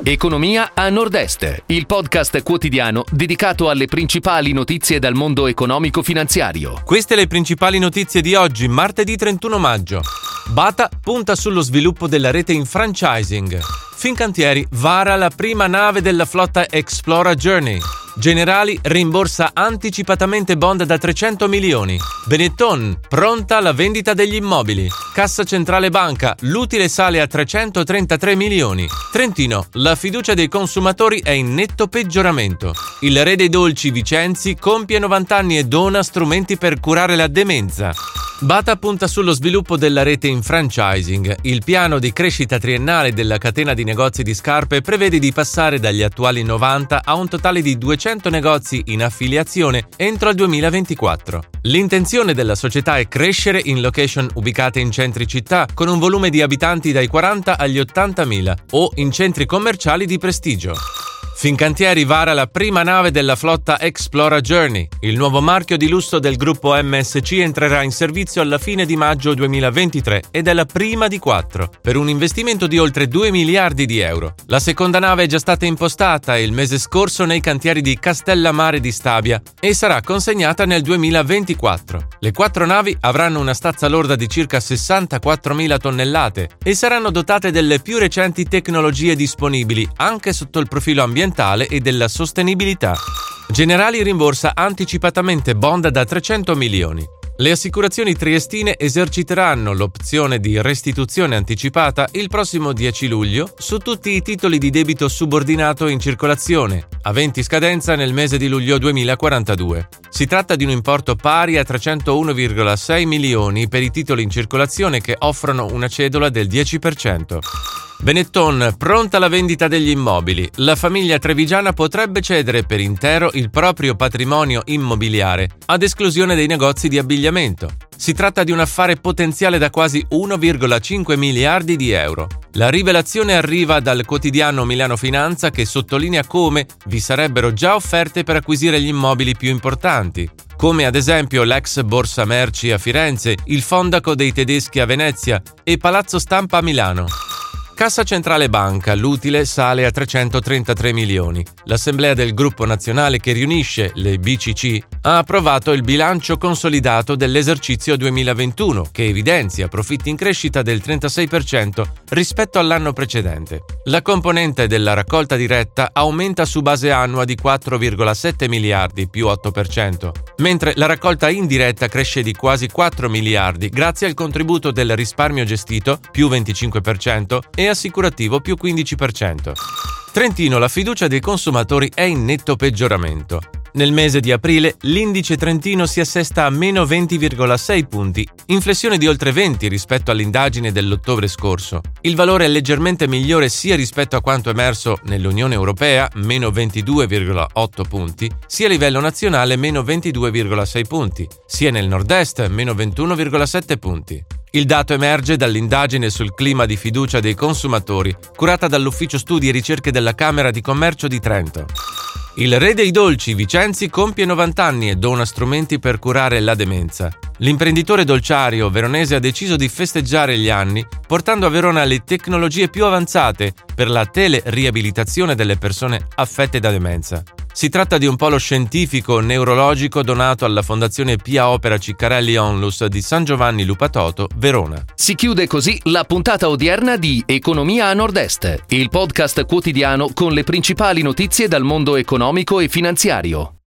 Economia a Nord-Est, il podcast quotidiano dedicato alle principali notizie dal mondo economico-finanziario. Queste le principali notizie di oggi, martedì 31 maggio. Bata punta sullo sviluppo della rete in franchising. Fincantieri vara la prima nave della flotta Explora Journey. Generali rimborsa anticipatamente bond da 300 milioni. Benetton, pronta la vendita degli immobili. Cassa Centrale Banca, l'utile sale a 333 milioni. Trentino, la fiducia dei consumatori è in netto peggioramento. Il re dei dolci Vicenzi compie 90 anni e dona strumenti per curare la demenza. Bata punta sullo sviluppo della rete in franchising. Il piano di crescita triennale della catena di negozi di scarpe prevede di passare dagli attuali 90 a un totale di 200 negozi in affiliazione entro il 2024. L'intenzione della società è crescere in location ubicate in centri città con un volume di abitanti dai 40 agli 80.000 o in centri commerciali di prestigio. Fincantieri vara la prima nave della flotta Explora Journey. Il nuovo marchio di lusso del gruppo MSC entrerà in servizio alla fine di maggio 2023 ed è la prima di 4, per un investimento di oltre 2 miliardi di euro. La seconda nave è già stata impostata il mese scorso nei cantieri di Castellammare di Stabia e sarà consegnata nel 2024. Le 4 navi avranno una stazza lorda di circa 64.000 tonnellate e saranno dotate delle più recenti tecnologie disponibili anche sotto il profilo ambientale e della sostenibilità. Generali rimborsa anticipatamente bond da 300 milioni. Le assicurazioni triestine eserciteranno l'opzione di restituzione anticipata il prossimo 10 luglio su tutti i titoli di debito subordinato in circolazione, aventi scadenza nel mese di luglio 2042. Si tratta di un importo pari a 301,6 milioni per i titoli in circolazione che offrono una cedola del 10%. Benetton, pronta la vendita degli immobili. La famiglia trevigiana potrebbe cedere per intero il proprio patrimonio immobiliare, ad esclusione dei negozi di abbigliamento. Si tratta di un affare potenziale da quasi 1,5 miliardi di euro. La rivelazione arriva dal quotidiano Milano Finanza che sottolinea come vi sarebbero già offerte per acquisire gli immobili più importanti, come ad esempio l'ex Borsa Merci a Firenze, il Fondaco dei tedeschi a Venezia e Palazzo Stampa a Milano. Cassa Centrale Banca, l'utile sale a 333 milioni. L'Assemblea del Gruppo Nazionale che riunisce le BCC ha approvato il bilancio consolidato dell'esercizio 2021, che evidenzia profitti in crescita del 36% rispetto all'anno precedente. La componente della raccolta diretta aumenta su base annua di 4,7 miliardi più 8%, mentre la raccolta indiretta cresce di quasi 4 miliardi grazie al contributo del risparmio gestito più 25% e assicurativo più 15%. Trentino, la fiducia dei consumatori è in netto peggioramento. Nel mese di aprile l'indice trentino si assesta a meno 20,6 punti, inflessione di oltre 20 rispetto all'indagine dell'ottobre scorso. Il valore è leggermente migliore sia rispetto a quanto emerso nell'Unione Europea, meno 22,8 punti, sia a livello nazionale meno 22,6 punti, sia nel nord-est meno 21,7 punti. Il dato emerge dall'indagine sul clima di fiducia dei consumatori, curata dall'Ufficio Studi e Ricerche della Camera di Commercio di Trento. Il re dei dolci Vicenzi compie 90 anni e dona strumenti per curare la demenza. L'imprenditore dolciario veronese ha deciso di festeggiare gli anni portando a Verona le tecnologie più avanzate per la teleriabilitazione delle persone affette da demenza. Si tratta di un polo scientifico neurologico donato alla Fondazione Pia Opera Ciccarelli Onlus di San Giovanni Lupatoto, Verona. Si chiude così la puntata odierna di Economia a Nord-Est, il podcast quotidiano con le principali notizie dal mondo economico e finanziario.